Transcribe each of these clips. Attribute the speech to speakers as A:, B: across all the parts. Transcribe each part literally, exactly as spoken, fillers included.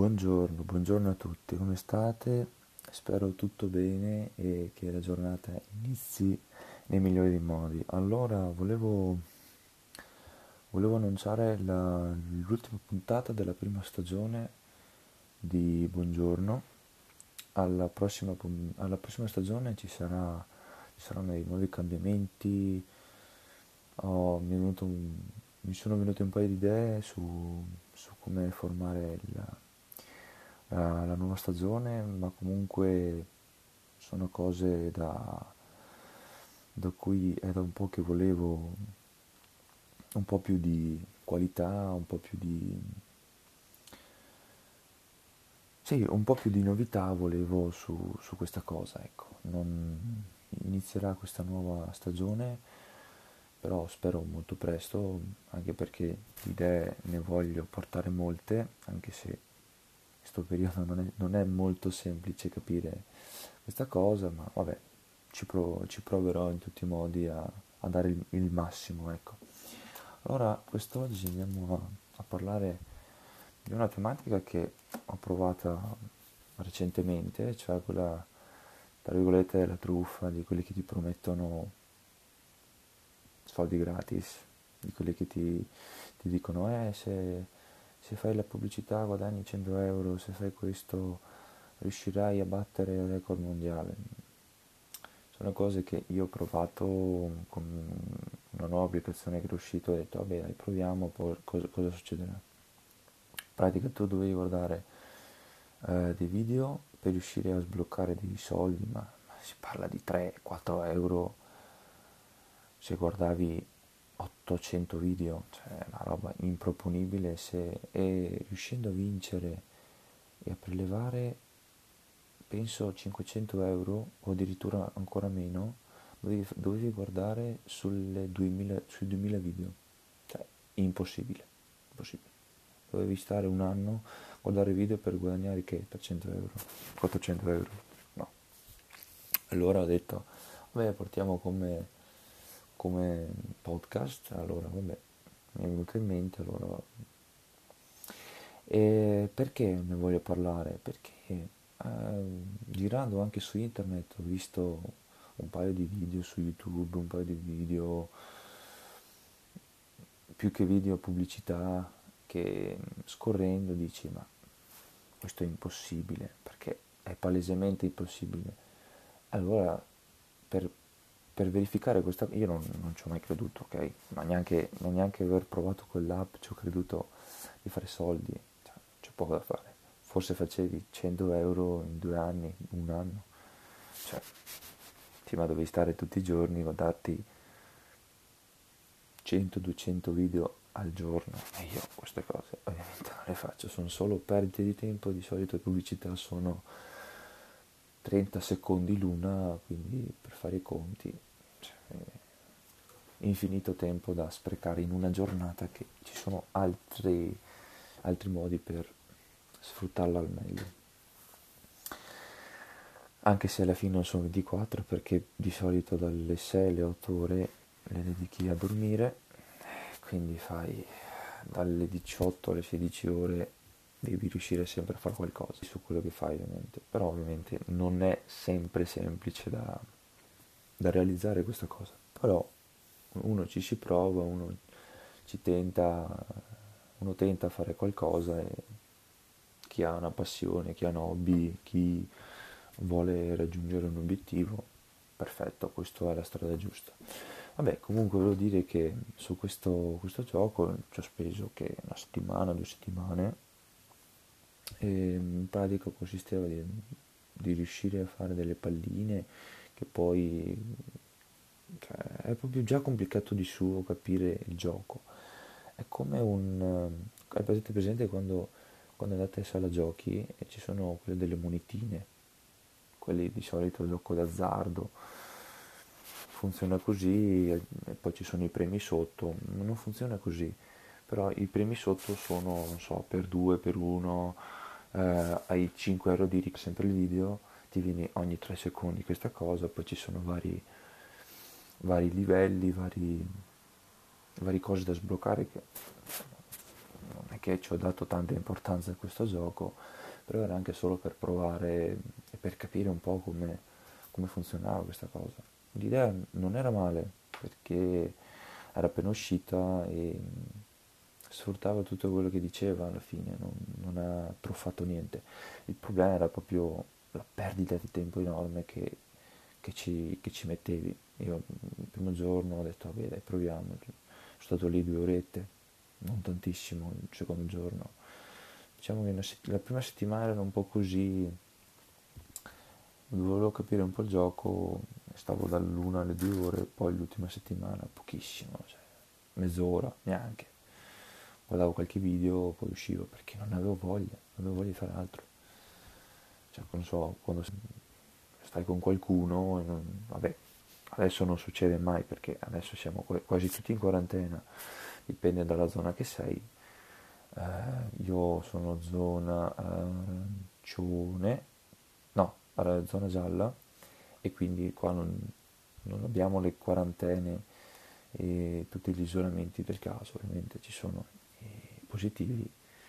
A: Buongiorno, buongiorno a tutti, come state? Spero tutto bene e che la giornata inizi nei migliori dei modi. Allora, volevo, volevo annunciare la- l'ultima puntata della prima stagione di Buongiorno. Alla prossima, pun- alla prossima stagione ci sarà, ci saranno dei nuovi cambiamenti. Ho- mi è venuto un- mi sono venute un paio di idee su, su come formare il la, la nuova stagione, ma comunque sono cose da, da cui è da un po' che volevo un po' più di qualità, un po' più di... Sì, un po' più di novità volevo su, su questa cosa, ecco. Non inizierà questa nuova stagione, però spero molto presto, anche perché di idee ne voglio portare molte, anche se questo periodo non è, non è molto semplice capire questa cosa, ma vabbè, ci, provo- ci proverò in tutti i modi a, a dare il, il massimo, ecco. Allora, quest'oggi andiamo a, a parlare di una tematica che ho provato recentemente, cioè quella, tra virgolette, della truffa, di quelli che ti promettono soldi gratis, di quelli che ti, ti dicono, eh, se, se fai la pubblicità guadagni cento euro, se fai questo riuscirai a battere il record mondiale. Sono cose che io ho provato con una nuova applicazione che è uscita, ho detto vabbè dai proviamo, poi cosa, cosa succederà. In pratica tu dovevi guardare eh, dei video per riuscire a sbloccare dei soldi, ma, ma si parla di tre quattro euro se guardavi ottocento video, cioè una roba improponibile se, e riuscendo a vincere e a prelevare penso cinquecento euro o addirittura ancora meno, dovevi, dovevi guardare sulle duemila, sui duemila video, cioè impossibile, impossibile. Dovevi stare un anno a guardare video per guadagnare che? trecento euro, quattrocento euro, no. Allora ho detto, vabbè, portiamo come, come podcast, allora vabbè, mi è venuto in mente, allora... E perché ne voglio parlare? Perché eh, girando anche su internet ho visto un paio di video su YouTube, un paio di video, più che video pubblicità, che scorrendo dici ma questo è impossibile, perché è palesemente impossibile. Allora, per, per verificare questa cosa, io non, non ci ho mai creduto, ok? Ma neanche, non neanche aver provato quell'app ci ho creduto di fare soldi, cioè, c'è poco da fare. Forse facevi cento euro in due anni, un anno, cioè, sì, ma dovevi stare tutti i giorni, guardarti cento duecento video al giorno e io queste cose ovviamente non le faccio, sono solo perdite di tempo, di solito le pubblicità sono trenta secondi l'una, quindi per fare i conti cioè, infinito tempo da sprecare in una giornata che ci sono altri, altri modi per sfruttarla al meglio. Anche se alla fine non sono ventiquattro perché di solito dalle sei alle otto ore le dedichi a dormire, quindi fai dalle diciotto alle sedici ore devi riuscire sempre a fare qualcosa su quello che fai ovviamente, però ovviamente non è sempre semplice da, da realizzare questa cosa, però uno ci si prova, uno ci tenta, uno tenta a fare qualcosa e chi ha una passione, chi ha un hobby, chi vuole raggiungere un obiettivo, perfetto, questa è la strada giusta. Vabbè, comunque volevo dire che su questo, questo gioco ci ho speso che una settimana, due settimane, e in pratica consisteva di, di riuscire a fare delle palline che poi cioè, è proprio già complicato di suo capire il gioco. È come un... eh, Hai presente, presente quando, quando andate a sala giochi e ci sono quelle delle monetine, quelli di solito gioco d'azzardo, funziona così e poi ci sono i premi sotto, non funziona così, però i premi sotto sono, non so, per due, per uno, eh, hai cinque euro di ric sempre il video, ti viene ogni tre secondi questa cosa, poi ci sono vari, vari livelli, vari, varie cose da sbloccare che non è perché ci ho dato tanta importanza a questo gioco, però era anche solo per provare e per capire un po' come, come funzionava questa cosa. L'idea non era male, perché era appena uscita e sfruttava tutto quello che diceva alla fine, non, non ha truffato niente. Il problema era proprio la perdita di tempo enorme che, che ci, che ci mettevi. Io il primo giorno ho detto, vabbè dai, proviamo. Sono stato lì due orette, non tantissimo il secondo giorno. Diciamo che una sett- la prima settimana era un po' così, volevo capire un po' il gioco, stavo dall'una alle due ore, poi l'ultima settimana pochissimo, cioè mezz'ora neanche. Guardavo qualche video, poi uscivo perché non avevo voglia, non avevo voglia di fare altro. Cioè, non so, quando stai con qualcuno, e non, vabbè, adesso non succede mai perché adesso siamo quasi tutti in quarantena, dipende dalla zona che sei. Eh, io sono zona arancione, no, ara- zona gialla, e quindi qua non, non abbiamo le quarantene e tutti gli isolamenti del caso, ovviamente ci sono i positivi,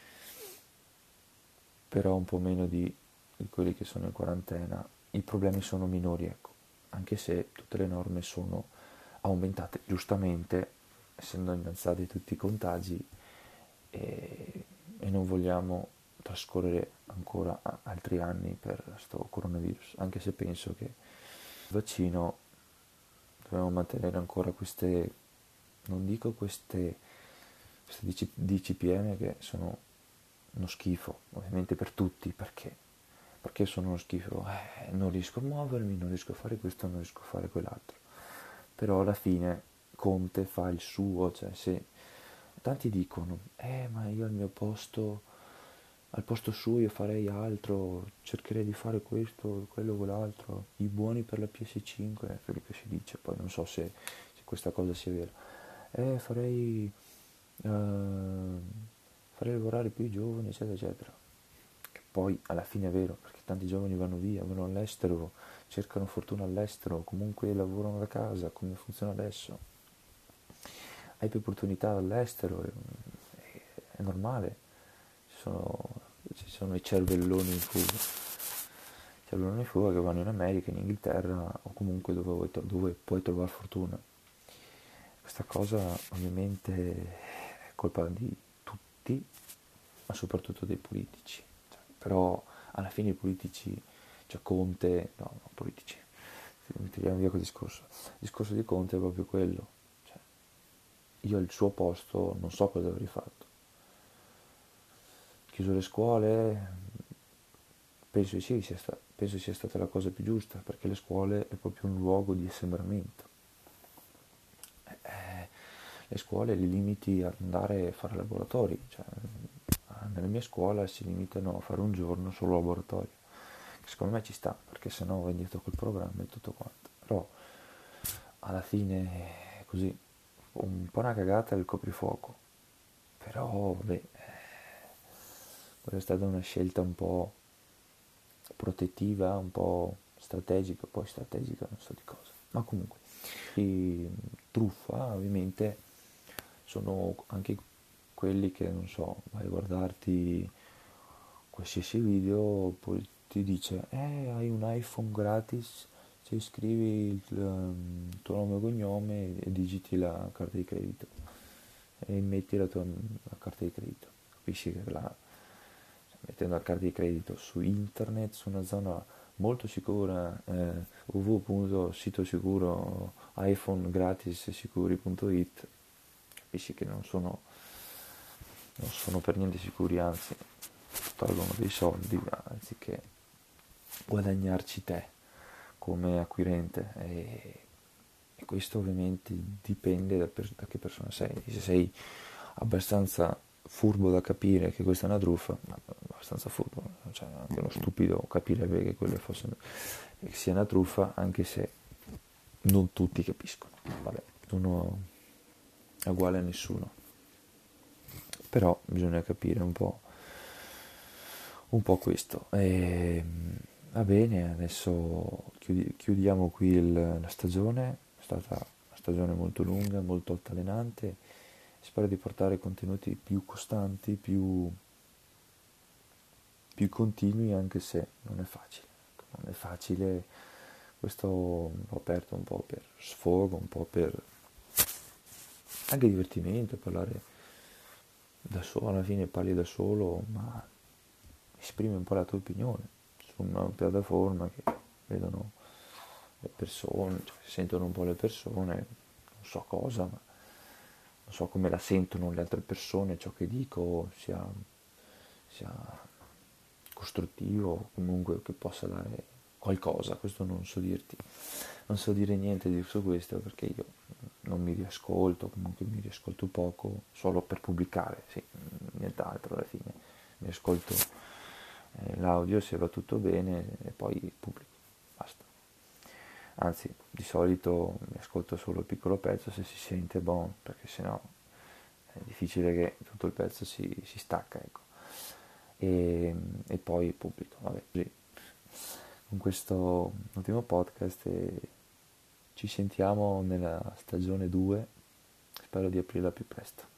A: però un po' meno di, di quelli che sono in quarantena. I problemi sono minori, ecco, anche se tutte le norme sono aumentate giustamente, essendo innalzati tutti i contagi, e, e non vogliamo trascorrere ancora altri anni per questo coronavirus, anche se penso che il vaccino dobbiamo mantenere ancora queste, non dico queste, queste D C P M che sono uno schifo, ovviamente per tutti, perché? Perché sono uno schifo, eh, non riesco a muovermi, non riesco a fare questo, non riesco a fare quell'altro. Però alla fine Conte fa il suo, cioè se tanti dicono, eh ma io al mio posto, al posto suo io farei altro, cercherei di fare questo, quello, quell'altro, i buoni per la P S cinque, è quello che si dice, poi non so se, se questa cosa sia vera. Eh, farei, eh, farei lavorare più i giovani, eccetera, eccetera. Che poi alla fine è vero, perché tanti giovani vanno via, vanno all'estero, cercano fortuna all'estero, comunque lavorano da casa, come funziona adesso. Hai più opportunità all'estero, è, è normale, ci sono, ci sono i cervelloni in fuga. Cervelloni in fuga che vanno in America, in Inghilterra o comunque dove, vuoi, dove puoi trovare fortuna. Questa cosa ovviamente è colpa di tutti, ma soprattutto dei politici. Cioè, però alla fine i politici, cioè Conte, no, no, politici, tiriamo via quel discorso. Il discorso di Conte è proprio quello. Cioè, io al suo posto non so cosa avrei fatto. Chiuso le scuole, penso sì, sia sta- penso sia stata la cosa più giusta, perché le scuole è proprio un luogo di assembramento. Eh, le scuole li limiti ad andare a fare laboratori, cioè, nella mia scuola si limitano a fare un giorno solo laboratorio, che secondo me ci sta, perché sennò vai dietro col programma e tutto quanto. Però alla fine è così, un po' una cagata il coprifuoco, però vabbè, quella è stata una scelta un po' protettiva, un po' strategica, poi strategica non so di cosa, ma comunque. E truffa ovviamente sono anche quelli che, non so, vai a guardarti qualsiasi video, poi ti dice, eh, hai un iPhone gratis se iscrivi il um, tuo nome e cognome e digiti la carta di credito e metti la tua la carta di credito. Capisci che la, cioè, mettendo la carta di credito su internet, su una zona molto sicura, eh, w w w punto sitosicuro iPhone gratis sicuri punto it, capisci che non sono, non sono per niente sicuri, anzi tolgono dei soldi anziché guadagnarci te come acquirente, e, e questo ovviamente dipende da, per, da che persona sei. Se sei abbastanza furbo da capire che questa è una truffa, abbastanza furbo, cioè anche uno stupido capirebbe che quello fosse, che sia una truffa, anche se non tutti capiscono. Vabbè, uno è uguale a nessuno, però bisogna capire un po', un po' questo. E, va bene, adesso chiudi- chiudiamo qui il- la stagione, è stata una stagione molto lunga, molto altalenante, spero di portare contenuti più costanti, più, più continui, anche se non è facile. Non è facile, questo l'ho aperto un po' per sfogo, un po' per anche divertimento, parlare da solo, alla fine parli da solo, ma esprimi un po' la tua opinione su una piattaforma che vedono le persone, cioè sentono un po' le persone, non so cosa, ma non so come la sentono le altre persone, ciò che dico sia, sia costruttivo o comunque che possa dare qualcosa, questo non so dirti, non so dire niente di su questo perché io non mi riascolto, comunque mi riascolto poco, solo per pubblicare, sì, nient'altro alla fine, mi ascolto eh, l'audio se va tutto bene e poi pubblico, basta. Anzi, di solito mi ascolto solo il piccolo pezzo se si sente buono, perché sennò è difficile che tutto il pezzo si, si stacca, ecco. E, e poi pubblico, vabbè, così. Con questo ultimo podcast e ci sentiamo nella stagione due, spero di aprirla più presto.